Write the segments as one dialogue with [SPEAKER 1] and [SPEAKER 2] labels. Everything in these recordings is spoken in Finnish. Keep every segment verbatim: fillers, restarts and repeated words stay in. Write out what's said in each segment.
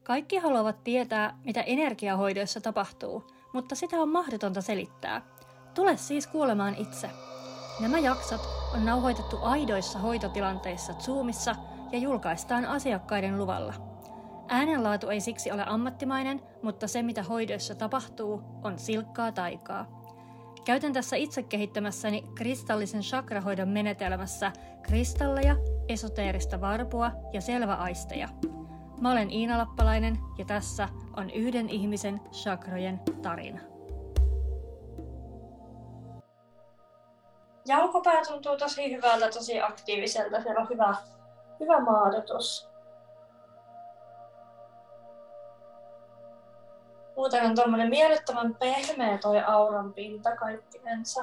[SPEAKER 1] Kaikki haluavat tietää, mitä energiahoidoissa tapahtuu, mutta sitä on mahdotonta selittää. Tule siis kuulemaan itse. Nämä jaksot on nauhoitettu aidoissa hoitotilanteissa Zoomissa ja julkaistaan asiakkaiden luvalla. Äänenlaatu ei siksi ole ammattimainen, mutta se mitä hoidoissa tapahtuu on silkkaa taikaa. Käytän tässä itse kehittämässäni kristallisen chakrahoidon menetelmässä kristalleja, esoteerista varpua ja selväaisteja. Mä olen Iina Lappalainen ja tässä on yhden ihmisen chakrojen tarina. Jalkopää tuntuu tosi hyvältä, tosi aktiiviselta. Siellä on hyvä, hyvä maadotus. Muuten on tommonen miellyttävän pehmeä toi auran pinta kaikkinensa.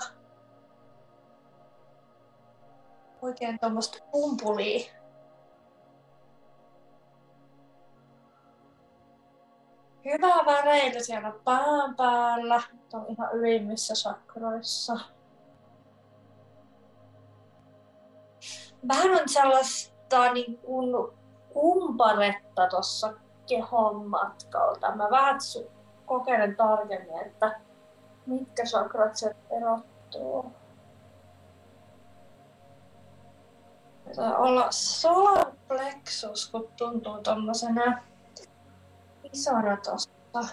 [SPEAKER 1] Oikein tommoista pumpulia. Hyvä väreily siellä pään päällä. Tuo on ihan ylimmissä chakroissa. Vähän on sellaista niin kuin kumparetta tuossa kehon matkalta. Mä vähän kokeilen tarkemmin, että mitkä chakrat se erottuu. Pitää olla solar plexus, kun tuntuu tommosena isona tossa.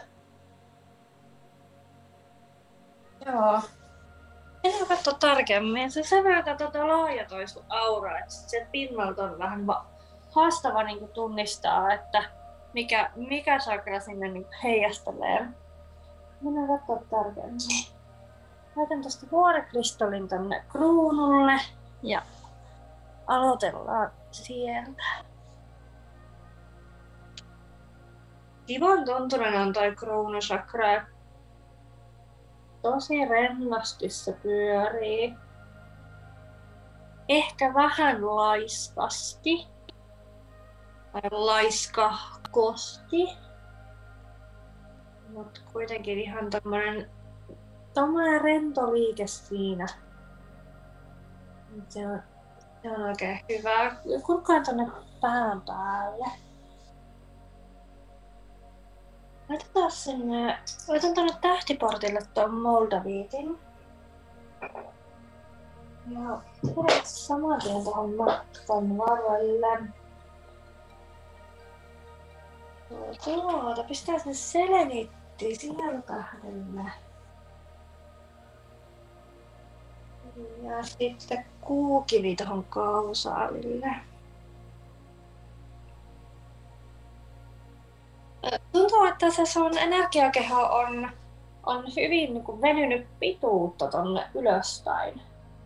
[SPEAKER 1] Joo. Mennään katsoa tarkemmin. Se sen verran tota laajatoi sun aura, että se pinnalta on vähän va- haastava niin tunnistaa, että mikä, mikä chakra sinne niin heijastelee. Mennään katsoa tarkemmin. Laitan tästä vuorikristallin tänne kruunulle ja aloitellaan sieltä. Kivan tuntunen on toi kruunuchakra. Tosi rennosti se pyörii. Ehkä vähän laiskasti. Tai laiskahkosti. Mutta kuitenkin ihan tommonen, tommonen rento liike siinä. Se on, se on oikein hyvä. Kurkkaan tonne pään päälle. Laitetaan sinne, laitan tonne tähtiportille tuon Moldaviitin. Ja pidät saman tien tuohon matkan varrelle. Tuota, pistää sinne selenitti sieltähdelle. Ja sitten kuukivi tuohon kausaalille. Tuntuu, että se sun energiakeho on, on hyvin niin kuin venynyt pituutta tonne ylöspäin.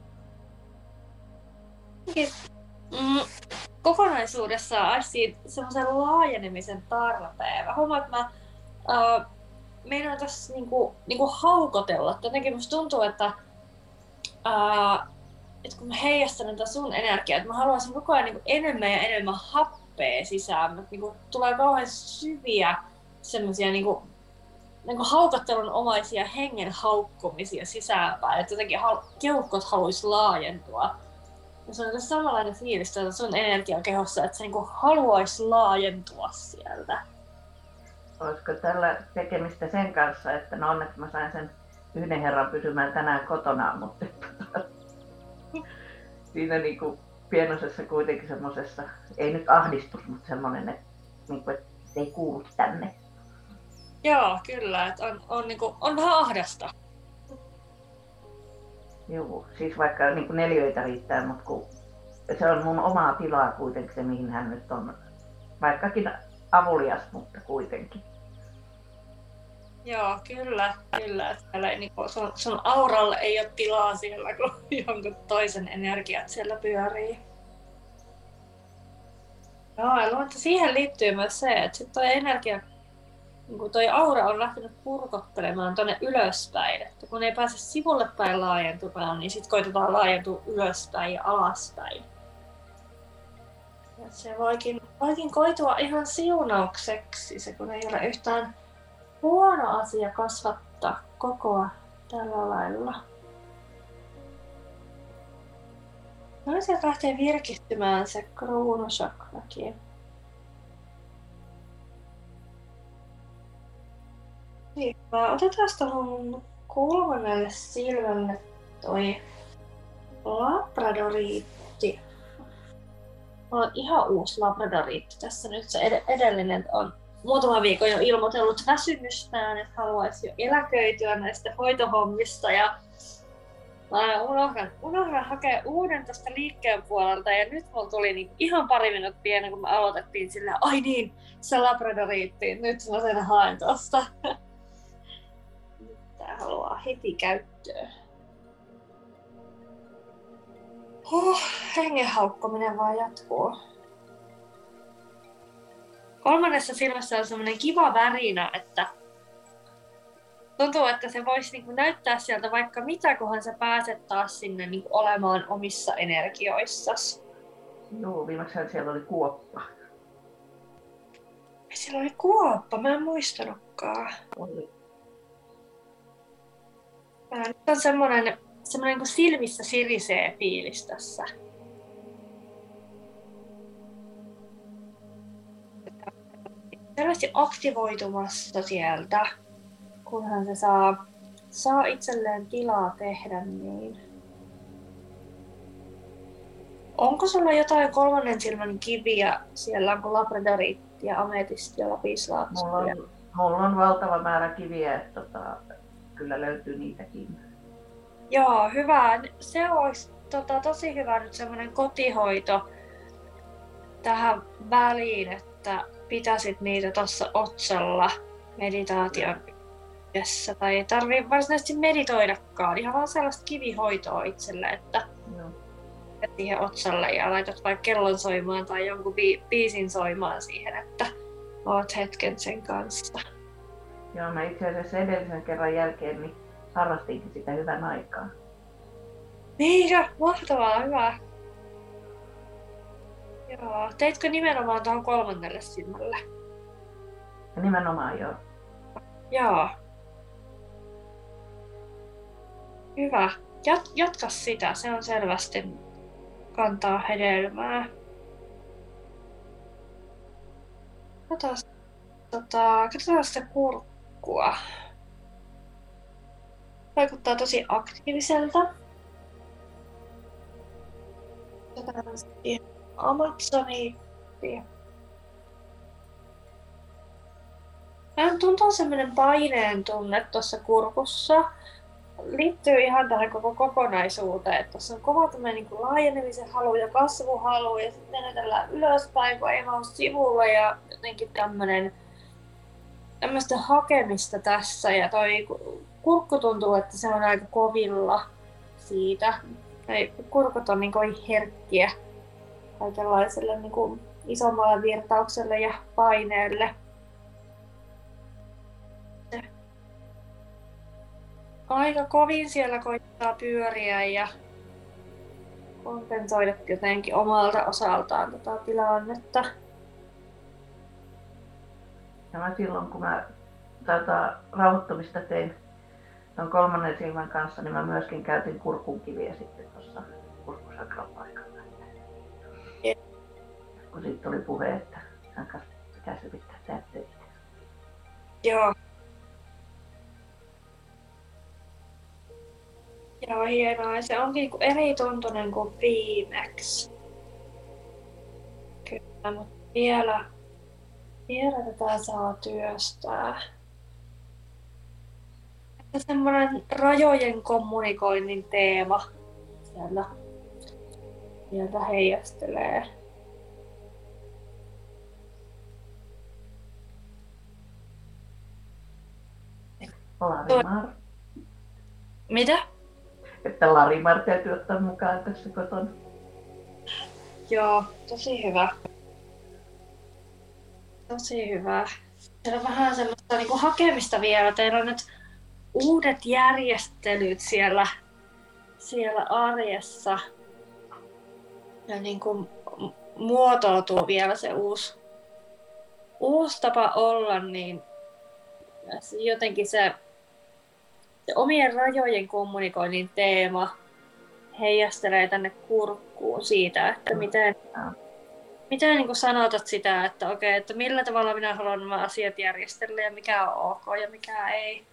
[SPEAKER 1] Mm, kokonaisuudessaan aistii semmoisen laajenemisen tarpeen. Mä huomaan, että mä uh, meinaan tässä niinku, niinku haukotella. Jotenkin musta tuntuu, että, uh, että kun mä heijastan tätä sun energiaa, että mä haluaisin koko ajan niinku enemmän ja enemmän happea sisään. Mutta niinku tulee kauhean syviä semmosia niinku, niinku haukottelun omaisia hengen haukkumisia sisäänpäin. Että jotenkin hal- keuhkot haluais laajentua. Ja se on tässä samanlainen fiilis sun energiakehossa, että se niinku haluais laajentua sieltä.
[SPEAKER 2] Olisiko tällä tekemistä sen kanssa, että no onneksi mä sain sen yhden herran pysymään tänään kotona, mutta siinä niinku pienosessa kuitenkin semmosessa, ei nyt ahdistus, mutta semmonen, että niinku, et se ei kuulu tänne.
[SPEAKER 1] Joo, kyllä, että on, on, niinku, on vähän ahdasta.
[SPEAKER 2] Joo, siis vaikka niinku neljöitä riittää, mutta kun se on mun omaa tilaa kuitenkin se, mihin hän nyt on, vaikkakin avulias, mutta kuitenkin.
[SPEAKER 1] Joo, kyllä, kyllä. Siellä ei, niin kuin, sun, sun auralle ei ole tilaa siellä, kun jonkun toisen energiat siellä pyörii. Joo, ja luulen, että siihen liittyy myös se, että sit toi energia, niin kuin toi aura on lähtenyt purkottelemaan tonne ylöspäin. Että kun ei pääse sivulle päin laajentumaan, niin sit koitetaan laajentua ylöspäin ja alaspäin. Ja se voikin, voikin koitua ihan siunaukseksi, se kun ei ole yhtään huono asia kasvattaa kokoa tällä lailla. No sieltä lähtee virkistymään se kruunuchakrakin. Hyvä. Otetaan tuohon kolmannelle silmälle toi labradoriitti. Mulla on ihan uusi labradoriitti tässä nyt. Se ed- edellinen on muutama viikon jo ilmoitellut väsymystään, että haluaisi jo eläköityä näistä hoitohommista. Ja mä unohdan, unohdan hakea uuden tästä liikkeen puolelta. Ja nyt mulla tuli niin ihan pari minuuttia ennen kuin me aloitettiin sillä, ai niin, se labradoriitti. Nyt mä sen haen tosta. Nyt tää haluaa heti käyttöön. Huh, hengenhaukkominen vaan jatkuu. Kolmannessa silmässä on semmoinen kiva värinä, että tuntuu, että se voisi niinku näyttää sieltä vaikka mitä, kunhan sä pääset taas sinne niinku olemaan omissa energioissasi.
[SPEAKER 2] Joo, viimeksi siellä oli kuoppa.
[SPEAKER 1] Siellä oli kuoppa, mä en muistanutkaan.
[SPEAKER 2] Oli.
[SPEAKER 1] Mä nyt on semmoinen, semmoinen kuin silmissä sirisee fiilis tässä. Selvästi aktivoitumassa sieltä, kunhan se saa, saa itselleen tilaa tehdä niin. Onko sulla jotain kolmannen silmän kiviä siellä, onko labradoriitti ja ametisti ja lapislaattia?
[SPEAKER 2] Mulla on, mulla on valtava määrä kiviä, että tota, kyllä löytyy niitäkin.
[SPEAKER 1] Joo, hyvä. Se olisi tota, tosi hyvä nyt semmoinen kotihoito tähän väliin, että pitäisit niitä tuossa otsalla meditaation yhdessä. Tai ei tarvitse varsinaisesti meditoidakaan, ihan vaan sellaista kivihoitoa itselle, että
[SPEAKER 2] Joo.
[SPEAKER 1] siihen otsalle ja laitat vaikka kellon soimaan tai jonkun bi- biisin soimaan siihen, että oot hetken sen kanssa.
[SPEAKER 2] Joo, mä itse asiassa edellisen kerran jälkeen niin harrastinkin sitä hyvän aikaa.
[SPEAKER 1] Niinkö? Mahtavaa, hyvä. Joo, teitkö nimenomaan tuohon kolmannelle silmälle?
[SPEAKER 2] Ja nimenomaan joo.
[SPEAKER 1] Joo. Hyvä. Jat- jatka sitä, se on selvästi kantaa hedelmää. Katsotaan, tota, katsotaan sitä kurkkua. Vaikuttaa tosi aktiiviselta. Katsotaan sitten Amazoniittia. Vähän tuntuu semmoinen paineen tunne tuossa kurkussa. Liittyy ihan tähän koko kokonaisuuteen, että tuossa on kova tämmöinen niin kuin laajenemisen halu ja kasvuhalu ja sitten menetellään ylöspäin, kun ei vaan sivulla ja jotenkin tämmöinen tämmöistä hakemista tässä ja toi kurkku tuntuu, että se on aika kovilla siitä. Noi kurkut on niin kovin herkkiä kaikenlaiselle niin kuin isommalle virtaukselle ja paineelle. Aika kovin siellä koittaa pyöriä ja kompensoida jotenkin omalta osaltaan tätä tilannetta.
[SPEAKER 2] Ja mä silloin kun mä tätä rauhoittumista tein ton kolmannen silmän kanssa, niin mä myöskin käytin kurkunkiviä sitten tuossa kurkkusakran paikalla.
[SPEAKER 1] Yeah.
[SPEAKER 2] Kun siitä tuli puhe, että hän kanssa pitäisi yrittää tehdä töitä.
[SPEAKER 1] Joo. Joo, hienoa. Se on niinku eri tuntunen kuin viimeksi. Kyllä, mutta vielä, vielä tätä saa työstää. Semmoinen rajojen kommunikoinnin teema siellä, sieltä heijastelee.
[SPEAKER 2] Larimar.
[SPEAKER 1] Mitä?
[SPEAKER 2] Että Larimar täytyy ottaa mukaan tässä kotona.
[SPEAKER 1] Joo, tosi hyvä. Tosi hyvä. Siellä on vähän semmoista niinku hakemista vielä. Teillä on nyt uudet järjestelyt siellä, siellä arjessa. Ja niinku muotoutuu vielä se uusi, uusi tapa olla, niin jotenkin se, se omien rajojen kommunikoinnin teema heijastelee tänne kurkkuun siitä, että miten, Miten niin sanotat sitä, että okei, että millä tavalla minä haluan nämä asiat järjestellä ja mikä on ok ja mikä ei?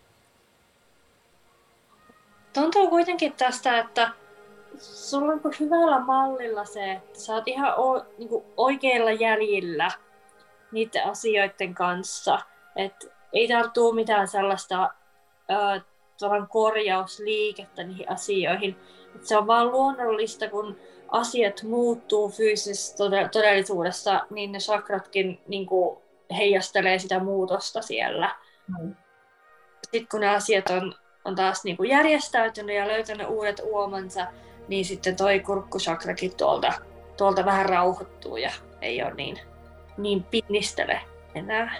[SPEAKER 1] Tuntuu kuitenkin tästä, että sulla on hyvällä mallilla se, että sä oot ihan o, niin oikeilla jäljillä niiden asioiden kanssa. Että ei täällä tule mitään sellaista äh, korjausliikettä niihin asioihin. Et se on vaan luonnollista, kun asiat muuttuu fyysisessä todellisuudessa, niin ne chakratkin niin kuin heijastelee sitä muutosta siellä. Mm. Sitten kun ne asiat on, on taas niin kuin järjestäytynyt ja löytänyt uudet uomansa, niin sitten toi kurkkusakrakin tuolta, tuolta vähän rauhoittuu ja ei ole niin, niin pinnistele enää.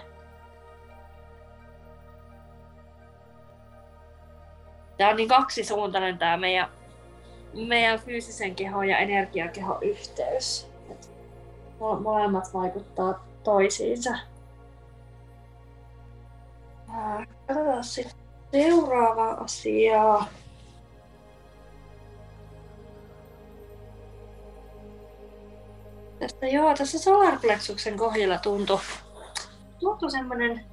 [SPEAKER 1] Tämä on niin kaksisuuntainen tämä meidän, meidän fyysisen kehon ja energiakehon yhteys. Et molemmat vaikuttaa toisiinsa. Katsotaan sitten seuraava asia. Tästä, joo, tässä solarplexuksen kohdilla tuntui, tuntui semmoinen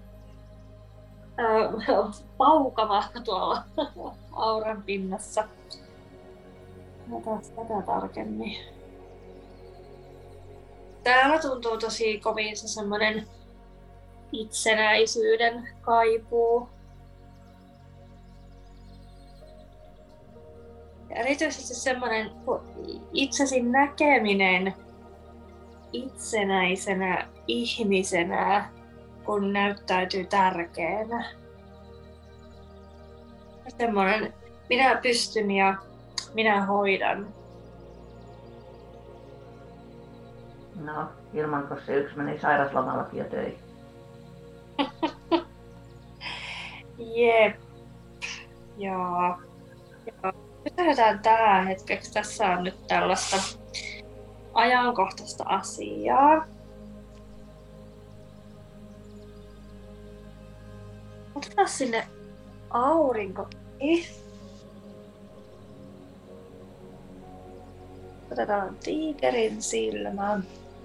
[SPEAKER 1] äh, paukama tuolla auran pinnassa. Katsotaan tätä tarkemmin. Täällä tuntuu tosi kovin se semmoinen itsenäisyyden kaipuu. Ja erityisesti semmoinen itsesi näkeminen itsenäisenä ihmisenä, kun näyttäytyy tärkeänä. Semmoinen minä pystyn ja minä hoidan.
[SPEAKER 2] No, ilman kun se yksi meni sairaslomallakin jo töihin.
[SPEAKER 1] Jep. Joo. Joo. Pysähdetään tähän hetkeksi. Tässä on nyt tällaista ajankohtaista asiaa. Otetaan sinne aurinko. Otetaan tiikerin silmä.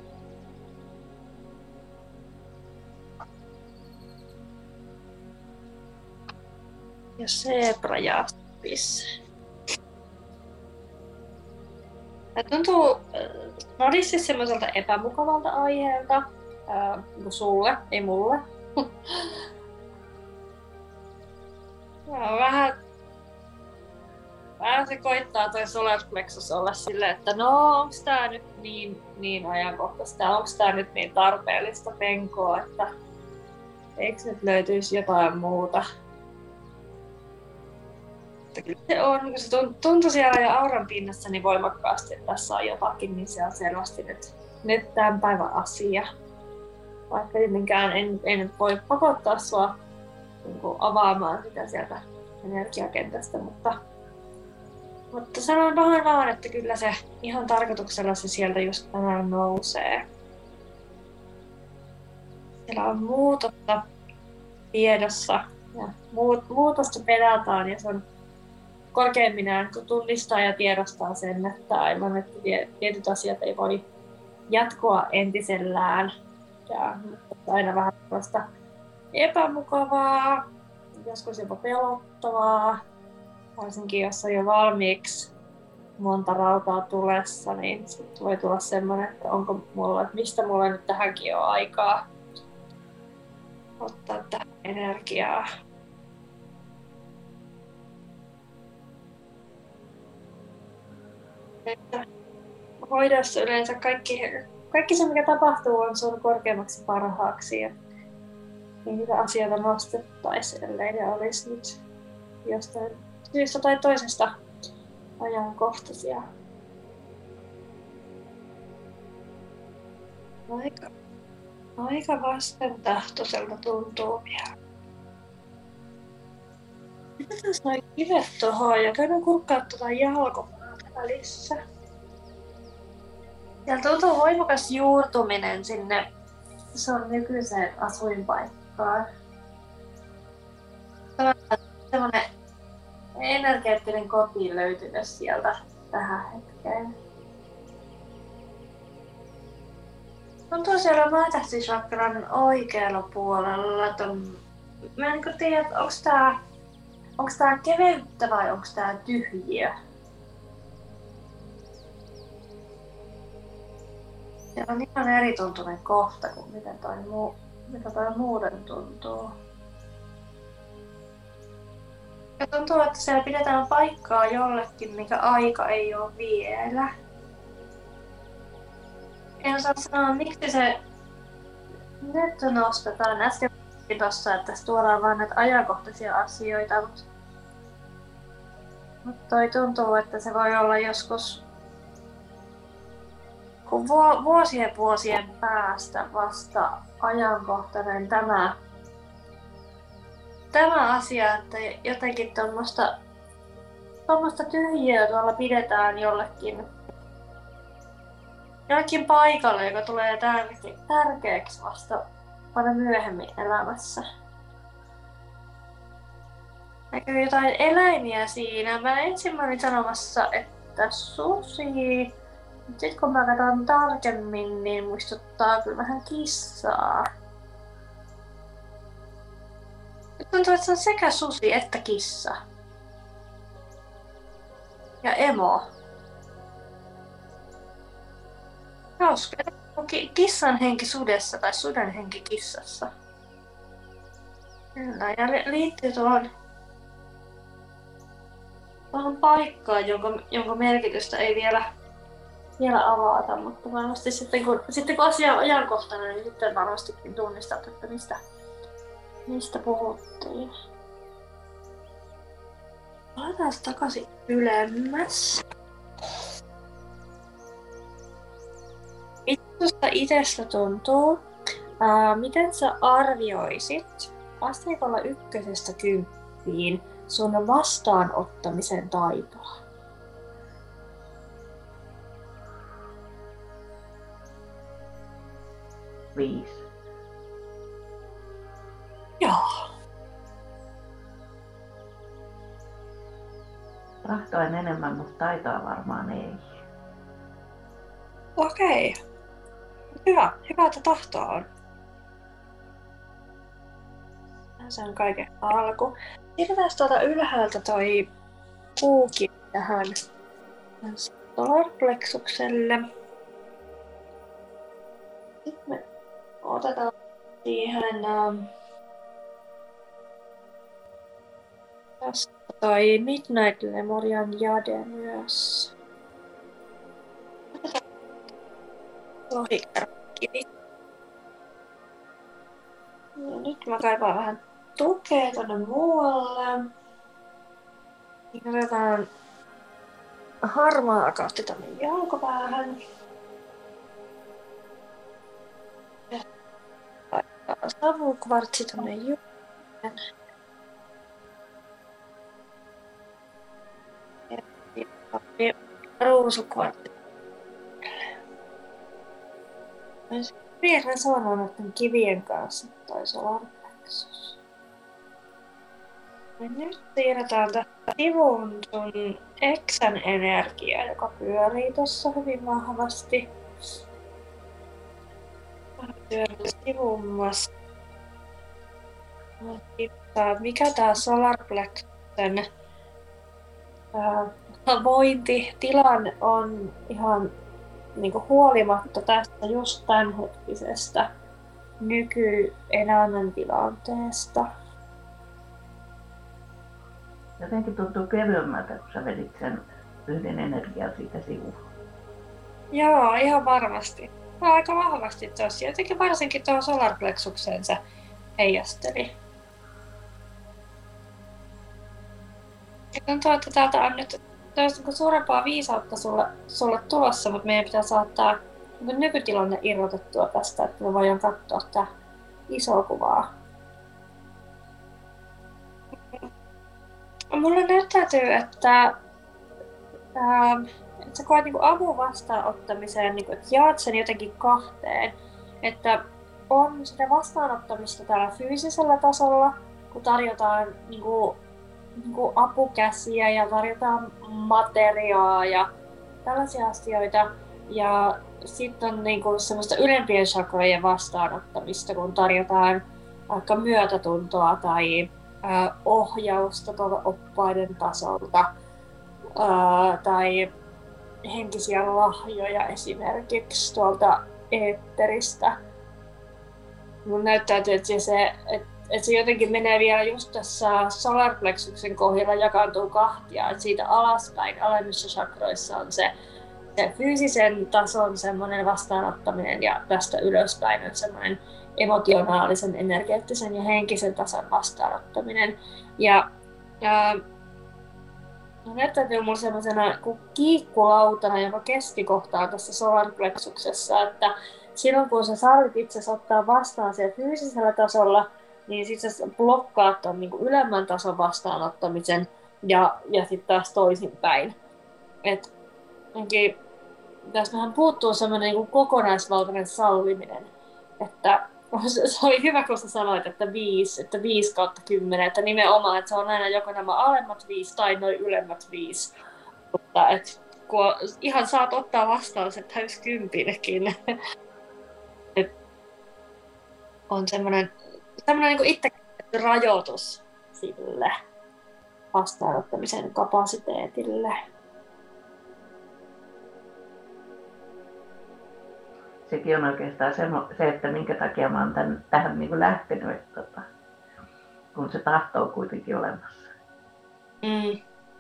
[SPEAKER 1] Ja zebrajaspis. Tämä tuntuu nadisti semmoiselta epämukavalta aiheelta. Ää, sulle, ei mulle. vähän, vähän se koittaa toi solarplexus olla silleen, että no onks tää nyt niin, niin ajankohtaista, onks tää nyt niin tarpeellista penkoa, että eiks nyt löytyisi jotain muuta. Kyllä se on, kun se tuntuu siellä ja auran pinnassa niin voimakkaasti, että tässä on jotakin, niin se on selvästi nyt, nyt tämän päivän asia. Vaikka tietenkään en, en voi pakottaa sua niin kuin avaamaan sitä sieltä energiakentästä, mutta, mutta sanon vähän vaan, että kyllä se ihan tarkoituksella se sieltä just tänään nousee. Siellä on muutosta tiedossa ja muutosta pelätään ja se on korkeimmillaan kun tunnistaa ja tiedostaa sen, että aivan, että tietyt asiat ei voi jatkoa entisellään. Ja aina vähän tällaista epämukavaa, joskus jopa pelottavaa, varsinkin jos on jo valmiiksi monta rautaa tulessa, niin sitten voi tulla semmoinen, että onko mulla, että mistä mulla nyt tähänkin on aikaa ottaa tähän energiaa. Hoidossa yleensä kaikki, kaikki se, mikä tapahtuu, on sun korkeammaksi parhaaksi. Ja niin niitä asioita nostettaisiin, ellei ne olisi nyt jostain syystä tai toisesta ajankohtaisia. Aika, aika vastentahtoiselta tuntuu vielä. Mitäs noi kivet tohon ja käydään kurkkaa tuota jalkomaata välissä. Siellä tuntuu voimakas juurtuminen sinne sun nykyiseen asuinpaikkaan. Semmoinen energeettinen koti löytynyt sieltä tähän hetkeen. Tuntuu siellä Maatähti-chakran oikealla puolella. Ton... Mä en niin tiedä, onko tää, onks tää keveyttä vai onko tää tyhjiö. Se on ihan eri tuntunen kohta kuin miten toi, muu, mitä toi muuten tuntuu. Ja tuntuu, että siellä pidetään paikkaa jollekin, mikä aika ei ole vielä. En osaa sanoa, miksi se nyt nostetaan. Äsken tuossa, että tässä tuodaan vain näitä ajankohtaisia asioita, mutta mut toi tuntuu, että se voi olla joskus kun vuosien vuosien päästä vasta ajankohtainen tämä, tämä asia, että jotenkin tuommoista tuommoista tyhjiöä tuolla pidetään jollekin, jollekin paikalle, joka tulee tärke, tärkeäksi vasta paljon myöhemmin elämässä. Näkyy jotain eläimiä siinä. Mä ensin mä olin sanomassa, että susi. Sitten kun mä katson tarkemmin, niin muistuttaa kyllä vähän kissaa. Nyt tuntuu, että se on sekä susi että kissa. Ja emo. Hauska. Kissan henki sudessa tai suden henki kissassa. Kyllä, ja liittyy tuohon, tuohon paikkaan, jonka, jonka merkitystä ei vielä vielä avata, mutta varmasti sitten kun, sitten kun asia on ajankohtainen, niin sitten varmastikin tunnistat, että mistä, mistä puhuttiin. Laitetaan takaisin ylemmäs. Miten itsestä tuntuu? Ää, miten sä arvioisit asteikolla ykkösestä kymppiin sun vastaanottamisen taitoa?
[SPEAKER 2] Viisi.
[SPEAKER 1] Joo.
[SPEAKER 2] Tahtoin enemmän, mutta taitoa varmaan ei.
[SPEAKER 1] Okei. Hyvä. Hyvä, että tahtoa on. Se on kaiken alku. Siirretään tuolta ylhäältä toi puukin tähän solarplexukselle. Sitten me otetaan siihen ähm, tästä toi Midnight Lemurian jade myös. Lohikärkivi. Ja nyt mä kaipaan vähän tukea tonne muualle. Otetaan harmaa akatti tonne jalkopäähän. Savukvartsi tonne juureen. Ja ruusukvartsi. Olisi vielä resonoa noiden kivien kanssa toi solarplexus. Ja nyt siirretään tästä sivuun sun eksän energiaa, joka pyörii tossa hyvin vahvasti. Pyörii sivummas. Mikä tää solarplexusen vointitilanne on ihan niinku huolimatta tästä just tämänhetkisestä nykyelämäntilanteesta.
[SPEAKER 2] Jotenkin tuntuu kevyemmältä, kun sä vedit sen yhden energian siitä sivuun.
[SPEAKER 1] Joo, ihan varmasti. Aika vahvasti tossa. Jotenkin varsinkin tuohon solarplexukseen se heijasteli. Ja tuntuu, että täältä on nyt suurempaa viisautta sulle, sulle tulossa, mutta meidän pitää saattaa nykytilanne irrotettua tästä, että me voidaan katsoa tää isoa kuvaa. Mulle näyttäytyy, että, ää, että sä koet niinku avun vastaanottamiseen, niinku, että jaat sen jotenkin kahteen. Että on sitä vastaanottamista täällä fyysisellä tasolla, kun tarjotaan niinku, niinku apukäsiä ja tarjotaan materiaa ja tällaisia asioita. Ja sitten on niinku semmoista ylempien chakrojen vastaanottamista, kun tarjotaan vaikka myötätuntoa tai ää, ohjausta tuolta oppaiden tasolta ää, tai henkisiä lahjoja esimerkiksi tuolta eetteristä. Mun näyttäytyy, että se, että, että se jotenkin menee vielä just tässä solarplexuksen kohdalla jakaantuu kahtia, että siitä alaspäin alemmissa chakroissa on se se fyysisen tason semmoinen vastaanottaminen ja tästä ylöspäin on semmoinen emotionaalisen, energeettisen ja henkisen tason vastaanottaminen. Ja, ja no näyttäytyy mulla semmoisena kuin kiikkulautana, joka keskikohtaa tässä solarplexuksessa, että silloin kun sä sallit itse ottaa vastaan siellä fyysisellä tasolla, niin sit sä blokkaat ton niin kuin ylemmän tason vastaanottamisen ja, ja sitten taas toisinpäin. Et, tässä vähän puuttuu semmoinen niin kuin kokonaisvaltainen salliminen, että se oli hyvä, kun sä sanoit, että viisi, että viisi kautta kymmenen, että nimenomaan, että se on aina joko nämä alemmat viisi tai noin ylemmät viisi, mutta et, kun ihan saat ottaa vastaan se täys kympinkin, on semmoinen, semmoinen niin kuin itse rajoitus sille vastaanottamisen kapasiteetille.
[SPEAKER 2] Sekin on oikeastaan se, että minkä takia mä oon tämän, tähän niin kuin lähtenyt, että tota, kun se tahto on kuitenkin olemassa.
[SPEAKER 1] Mm.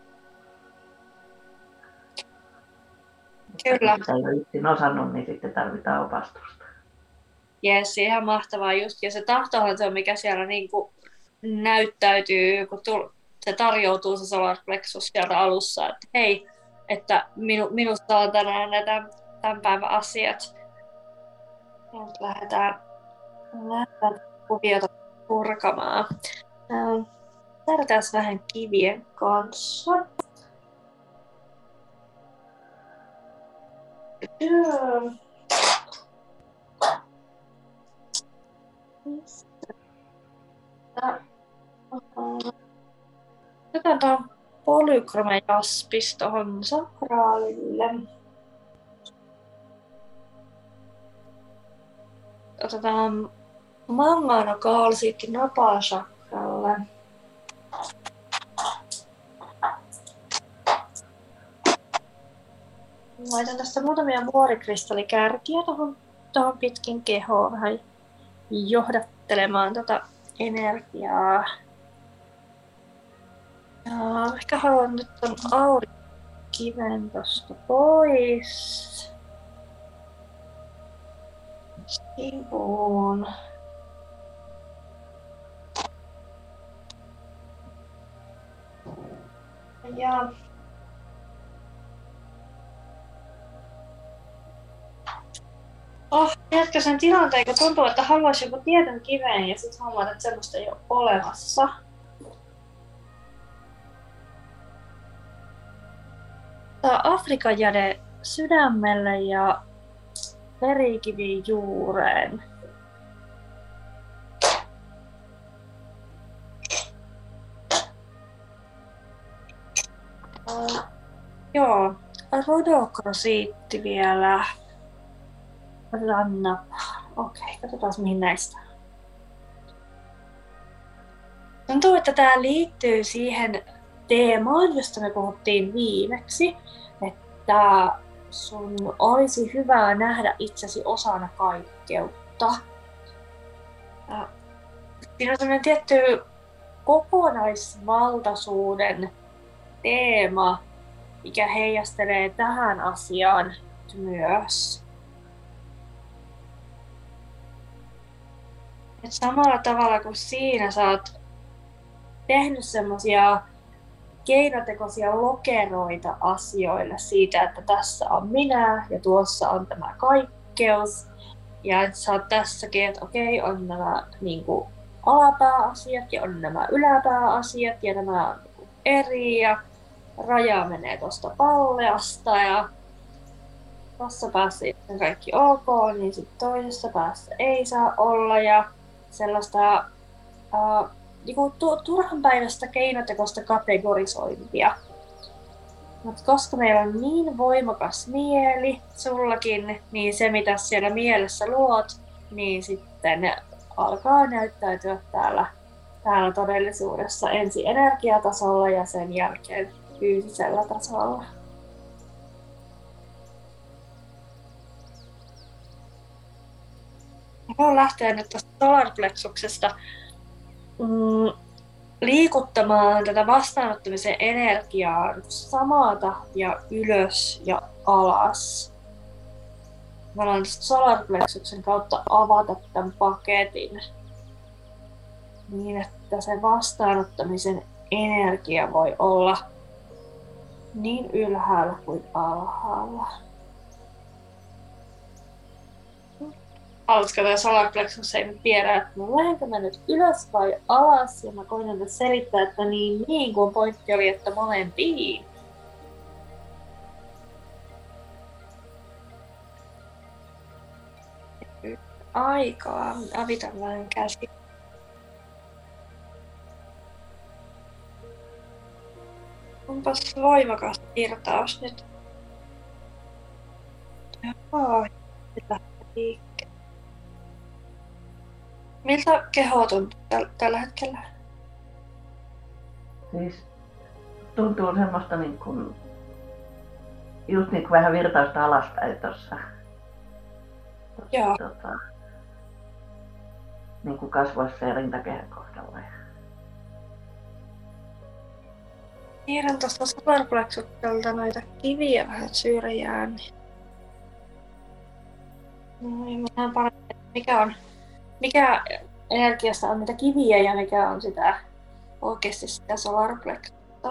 [SPEAKER 1] Kyllä.
[SPEAKER 2] Kun ei ole yksin osannut, niin sitten tarvitaan opastusta.
[SPEAKER 1] Jes, ihan mahtavaa just. Ja se tahtohan se on, mikä siellä niin kuin näyttäytyy, kun tull, se tarjoutuu se solar plexus sieltä alussa, että hei, että minu, minusta on tänään näitä tämän päivän asiat. Ja nyt lähdetään, lähdetään kuviota purkamaan. Lähdetään vähän kivien kanssa. Otetaan tuon polykrome-jaspis tuohon sakraalille. Otetaan mangano-kaalsiitti napasakralle. Laitan tästä muutamia vuorikristallikärkiä tuohon, tuohon pitkin kehoon vähän johdattelemaan tätä energiaa. Ja ehkä haluan nyt ton aurinkiven tosta pois. Sivuun. Ja oh, tiedätkö sen tilanteen, kun tuntuu, että haluaisi joku tietyn kiveen ja sitten huomaat, että semmoista ei ole olemassa. Tää Afrikan jade sydämelle ja verikivi juureen. Uh, joo, rodokrosiitti vielä. Otetaan napa. Okei, katsotaan mihin näistä. Tuntuu, että tämä liittyy siihen teemaan, josta me puhuttiin viimeksi, että sun olisi hyvä nähdä itsesi osana kaikkeutta. Ja siinä on sellainen tietty kokonaisvaltaisuuden teema, mikä heijastelee tähän asiaan myös. Et samalla tavalla kuin siinä sä oot tehnyt semmosia keinotekoisia lokeroita asioille siitä, että tässä on minä ja tuossa on tämä kaikkeus. Ja että sä oot tässäkin, että okei, on nämä niin kuin alapääasiat ja on nämä yläpääasiat ja nämä on niin kuin eri ja raja menee tuosta palleasta ja tuossa päässä on kaikki ok, niin sitten toisessa päässä ei saa olla ja sellaista uh, niin kuin turhanpäiväistä keinotekoista kategorisointia. Mutta koska meillä on niin voimakas mieli, sullakin, niin se mitä siellä mielessä luot, niin sitten alkaa näyttäytyä täällä, täällä todellisuudessa ensin energiatasolla ja sen jälkeen fyysisellä tasolla. Mä voin lähteä nyt tästä solarplexuksesta mm, liikuttamaan tätä vastaanottamisen energiaa samaa tahtia ylös ja alas. Mä alan tästä solarplexuksen kautta avata tämän paketin niin, että se vastaanottamisen energia voi olla niin ylhäällä kuin alhaalla. Haluatko tämä solarplexus ei nyt tiedä, että no lähdenkö mä nyt ylös vai alas, ja mä koitan nyt selittää, että niin, niin kun pointti oli, että molempiin. Aikaa, avitan vähän käsi. Onpas voimakas virtaus nyt. Joo, nyt lähtee liikkeelle. Miltä keho tuntuu täl- tällä hetkellä?
[SPEAKER 2] Siis tuntuu semmoista niin kuin, just niin kuin vähän virtausta alaspäin tuossa.
[SPEAKER 1] Joo.
[SPEAKER 2] Tota, niin kuin kasvoissa ja rintakehän kohdalla.
[SPEAKER 1] Tiedän tuosta solarplexukselta noita kiviä vähän syrjään. Noin, mä näen paremmin, mikä on mikä energiasta on niitä kiviä ja mikä on sitä oikeasti sitä solarplexusta.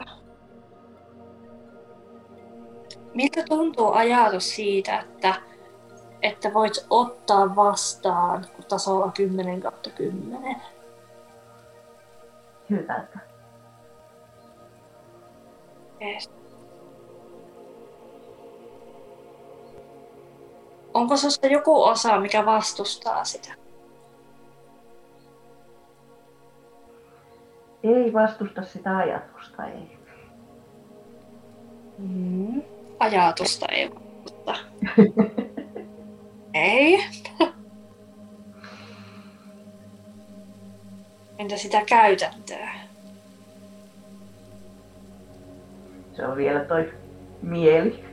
[SPEAKER 1] Miltä tuntuu ajatus siitä, että, että voit ottaa vastaan tasolla kymmenen kautta kymmenen?
[SPEAKER 2] Hyvältä.
[SPEAKER 1] Yes. Onko sinusta joku osa, mikä vastustaa sitä?
[SPEAKER 2] Ei vastusta sitä ajatusta, ei.
[SPEAKER 1] Mm. Ajatusta ei vastusta. Ei. Entä sitä käytäntöä?
[SPEAKER 2] Se on vielä toi mieli.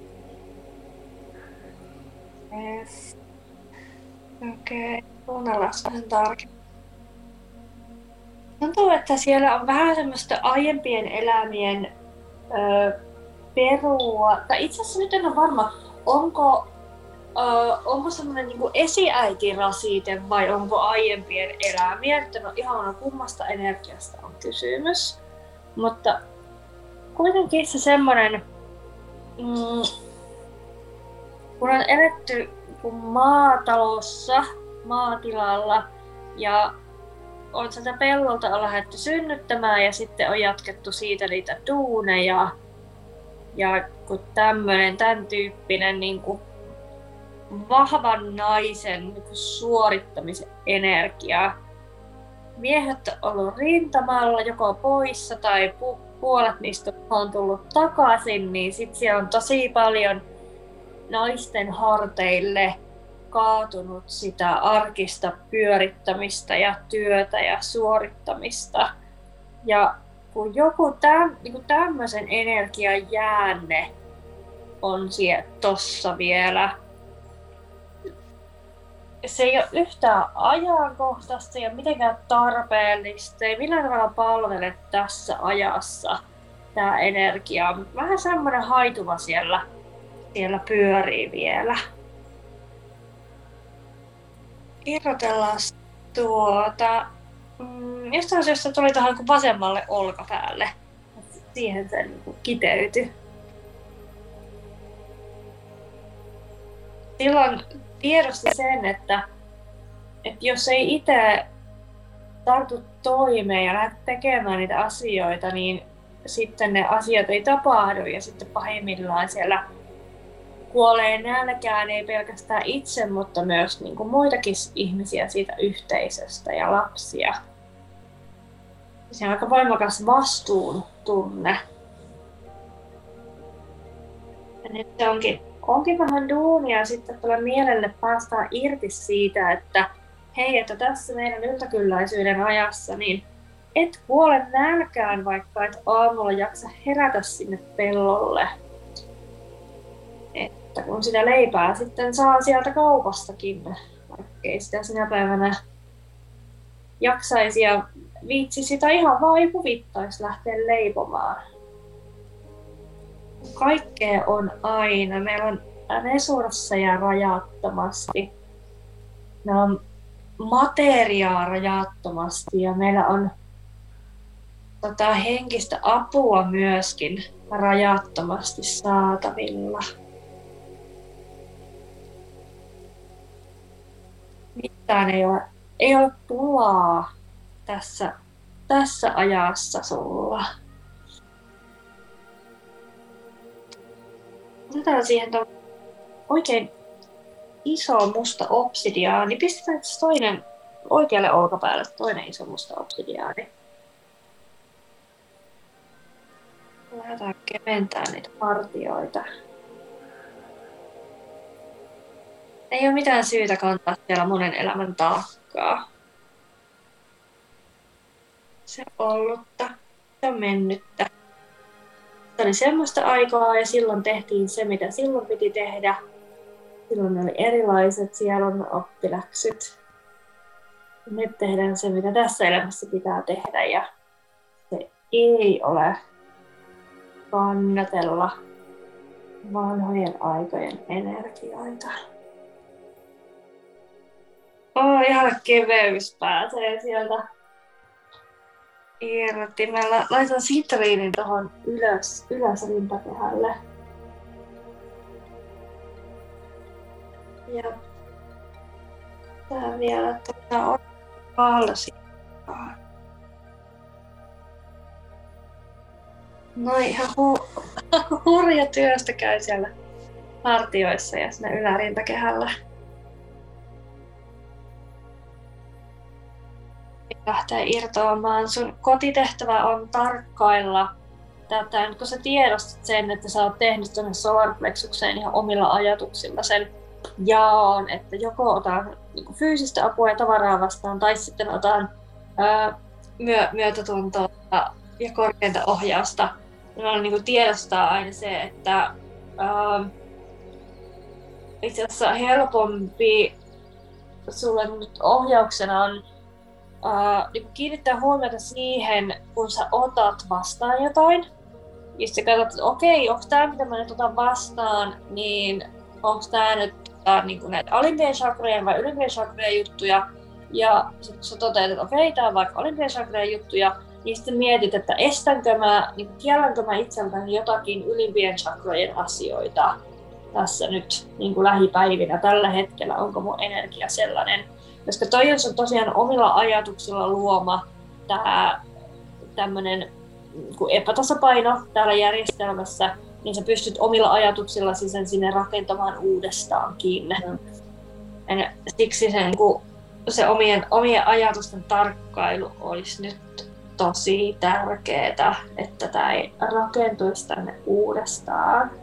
[SPEAKER 1] Yes. Okei, okay. Kuunnellaan vähän tarkemmin. Tuntuu, että siellä on vähän semmoista aiempien elämien ö, perua. Tai itse asiassa nyt en ole varma, onko, ö, onko semmoinen niin kuin esiäitirasite vai onko aiempien elämiä. Että no ihan kummasta energiasta on kysymys. Mutta kuitenkin se semmoinen, mm, kun on eletty maatalossa, maatilalla ja on sieltä pellolta on lähdetty synnyttämään ja sitten on jatkettu siitä niitä duuneja. Ja kun tämmönen, tämän tyyppinen niin kuin vahvan naisen niin kuin suorittamisen energia. Miehet on ollut rintamalla joko poissa tai pu- puolet niistä on tullut takaisin, niin sit siellä on tosi paljon naisten harteille kaatunut sitä arkista pyörittämistä ja työtä ja suorittamista. Ja kun joku täm, niin tämmöisen energian jäänne on siellä tossa vielä, se ei ole yhtään ajankohtaista ja mitenkään tarpeellista, ei millään tavalla palvele tässä ajassa tämä energia. Vähän semmoinen haituva siellä, siellä pyörii vielä. Irrotellaan tuota. Mm, jostain syystä tuli tuohon vasemmalle olkapäälle. Siihen se niin kiteytyi. Silloin tiedosti sen, että, että jos ei itse tartu toimeen ja lähde tekemään niitä asioita, niin sitten ne asiat ei tapahdu ja sitten pahimmillaan siellä kuolee nälkään ei pelkästään itse, mutta myös niin kuin muitakin ihmisiä siitä yhteisöstä ja lapsia. Se on aika voimakas vastuun tunne. Ja nyt se onkin, onkin vähän duunia sitten tuolla mielelle päästään irti siitä, että hei, että tässä meidän yltäkylläisyyden ajassa, niin et kuole nälkään, vaikka et aamulla jaksa herätä sinne pellolle. Että kun sitä leipää sitten saa sieltä kaupastakin, vaikkei sitä sinä päivänä jaksaisi ja viitsisi tai ihan vaan ei huvittaisi lähteä leipomaan. Kaikkea on aina. Meillä on resursseja rajattomasti. Meillä on materiaa rajattomasti ja meillä on tota, henkistä apua myöskin rajattomasti saatavilla. Mitään ei ole, ei ole pulaa tässä, tässä ajassa sulla. Otetaan siihen tuon oikein iso musta obsidiaani. Pistetään toinen oikealle olkapäälle toinen iso musta obsidiaani. Lähdetään keventämään niitä partioita. Ei ole mitään syytä kantaa siellä monen elämän taakkaa. Se on ollutta, se on mennyttä. Se oli semmoista aikaa ja silloin tehtiin se, mitä silloin piti tehdä. Silloin ne oli erilaiset, siellä on oppiläksyt. Nyt tehdään se, mitä tässä elämässä pitää tehdä ja se ei ole kannatella vanhojen aikojen energioita. Oh, ihan keveys pääsee sieltä irti. Mä laitan sitriinin tuohon ylös, ylös rintakehälle. Ja tää vielä tuota on valsikaan. No ihan hu- hurja työstä käy siellä hartioissa ja siinä ylärintakehällä. Lähtee irtoamaan. Sun kotitehtävä on tarkkailla tätä, nyt kun sä tiedostat sen, että sä oot tehnyt tuonne solarplexukseen ihan omilla ajatuksilla sen jaon, että joko otan niin fyysistä apua ja tavaraa vastaan tai sitten otan ää, myö, myötätuntoa ja korkeinta ohjausta. Ja on, niin tiedostaa aina se, että ää, itse asiassa helpompi sulle nyt ohjauksena on Uh, niin kiinnittää huomiota siihen, kun sä otat vastaan jotain. Ja sitten katsot, että okei, onko tämä mitä mä nyt otan vastaan, niin onko tämä nyt uh, niin näitä alimpien chakrojen vai ylimpien chakrojen juttuja. Ja sitten kun sä toteat, että okei, tämä on vaikka alimpien chakrojen juttuja, niin sitten mietit, että estänkö mä, niin kiellänkö mä itseltäni jotakin ylimpien chakrojen asioita tässä nyt niin kuin lähipäivinä tällä hetkellä, onko mun energia sellainen. Koska toi on sun tosiaan omilla ajatuksilla luoma tää tämmönen epätasapaino täällä järjestelmässä, niin sä pystyt omilla ajatuksillasi sen sinne rakentamaan uudestaankin. Mm. Siksi se, niin kuin, se omien, omien ajatusten tarkkailu olisi nyt tosi tärkeää, että tää ei rakentuisi tänne uudestaan.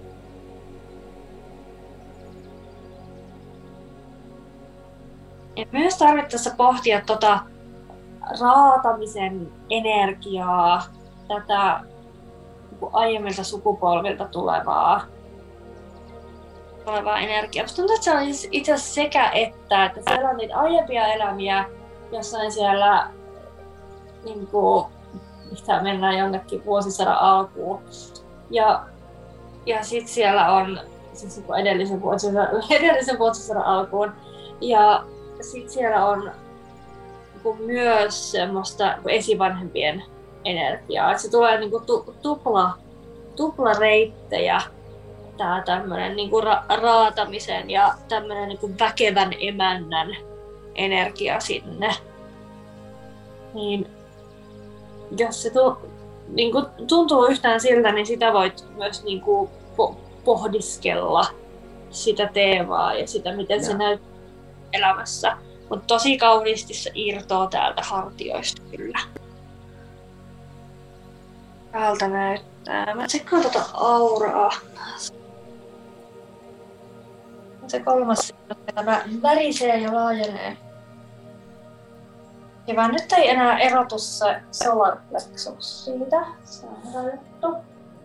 [SPEAKER 1] Ja myös tarvittaessa pohtia tota raatamisen energiaa, tätä niin aiemmilta sukupolvilta tulevaa, tulevaa energiaa. Musta tuntuu, että se on itse asiassa sekä että, että siellä on niitä aiempia elämiä jossain siellä, niin kuin, mitä mennään jonnekin vuosisadan alkuun. Ja, ja sitten siellä on siis edellisen vuosisadan, edellisen vuosisadan alkuun. Ja sitten siellä on myös semmoista esivanhempien energiaa. Et se tulee niinku tu, tupla, tupla reittejä, tää tämmönen niinku ra, raatamisen ja tämmönen niinku väkevän emännän energia sinne. Niin jos se tu, niinku tuntuu yhtään siltä, niin sitä voit myös niinku po, pohdiskella sitä teemaa ja sitä, miten ja. se näyttää elämässä. Mutta tosi kauniisti se irtoaa täältä hartioista kyllä. Täältä näyttää. Mä tsekkaan tota auraa. Se kolmas silmä värisee ja laajenee. Hyvä, nyt ei enää erotu se solar plexus siitä. Se on hyvä juttu.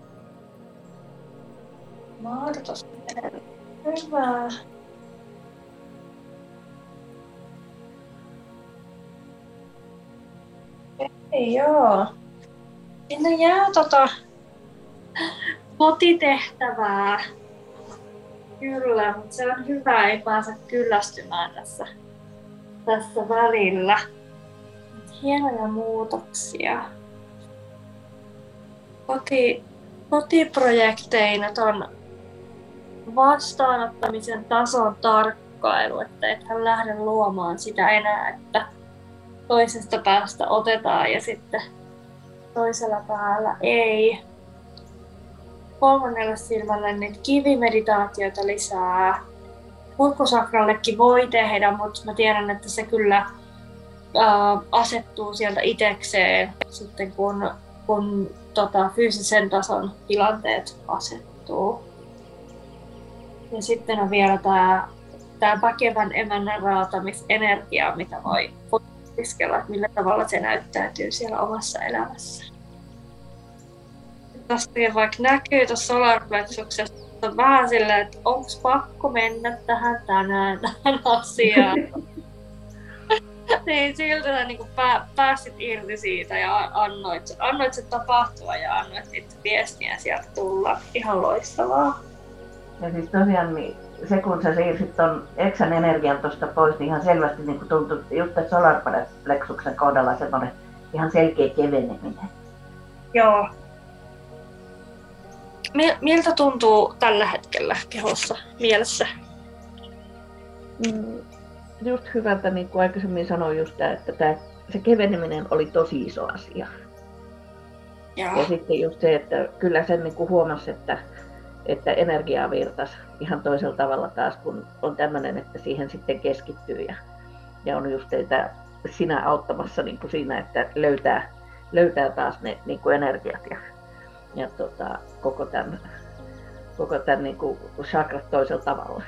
[SPEAKER 1] Mahdotus. Hyvä. Ei joo. Sinne jää tota kotitehtävää. Kyllä, mutta se on hyvä, ei pääse kyllästymään tässä, tässä välillä. Hienoja muutoksia. Koti, kotiprojekteina on vastaanottamisen tason tarkkailu, että ethän lähde luomaan sitä enää, että toisesta päästä otetaan ja sitten toisella päällä ei. Kolmannelle silmälle niitä kivimeditaatioita lisää. Kurkkusakrallekin voi tehdä, mutta mä tiedän, että se kyllä ää, asettuu sieltä itekseen sitten kun, kun tota, fyysisen tason tilanteet asettuu. Ja sitten on vielä tää, tää väkevän emännän raatamisenergia, mitä voi opiskella, että millä tavalla se näyttäytyy siellä omassa elämässä. Tästäkin vaikka näkyy tuossa solarplexuksessa vähän silleen, että onko pakko mennä tähän tänään tähän asiaan. Niin siltä sä niin pää, pääsit irti siitä ja annoit, annoit se tapahtua ja annoit niitä viestiä sieltä tulla. Ihan loistavaa.
[SPEAKER 2] Ja siis tosiaan niin se kun sä siirsit ton eksän energian tuosta pois, niin ihan selvästi niin tuntui just tässä solarplexuksen kohdalla semmoinen ihan selkeä keveneminen.
[SPEAKER 1] Joo. Miltä tuntuu tällä hetkellä kehossa, mielessä?
[SPEAKER 2] Mm, just hyvältä, niin kuin aikaisemmin sanoin, just tämä, että tämä, se keveneminen oli tosi iso asia. Ja, ja sitten just se, että kyllä sen niin kuin huomasi, että, että energiaa virtasi ihan toisella tavalla taas, kun on tämmöinen, että siihen sitten keskittyy. Ja, ja on just teitä sinä auttamassa niin kuin siinä, että löytää, löytää taas ne niin kuin energiat. Ja, ja tota, koko tämän, koko tämän niin kuin chakrat toisella tavalla.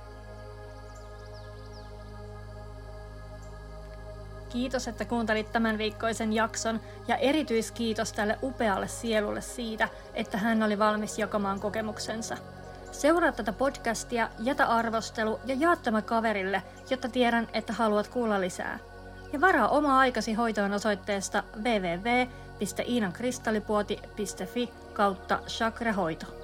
[SPEAKER 3] Kiitos, että kuuntelit tämän viikkoisen jakson ja erityiskiitos tälle upealle sielulle siitä, että hän oli valmis jakamaan kokemuksensa. Seuraa tätä podcastia, jätä arvostelu ja jaa tämä kaverille, jotta tiedän, että haluat kuulla lisää. Ja varaa oma aikasi hoitoon osoitteesta double-u double-u double-u piste iinankristallipuoti piste fi kautta chakrahoito.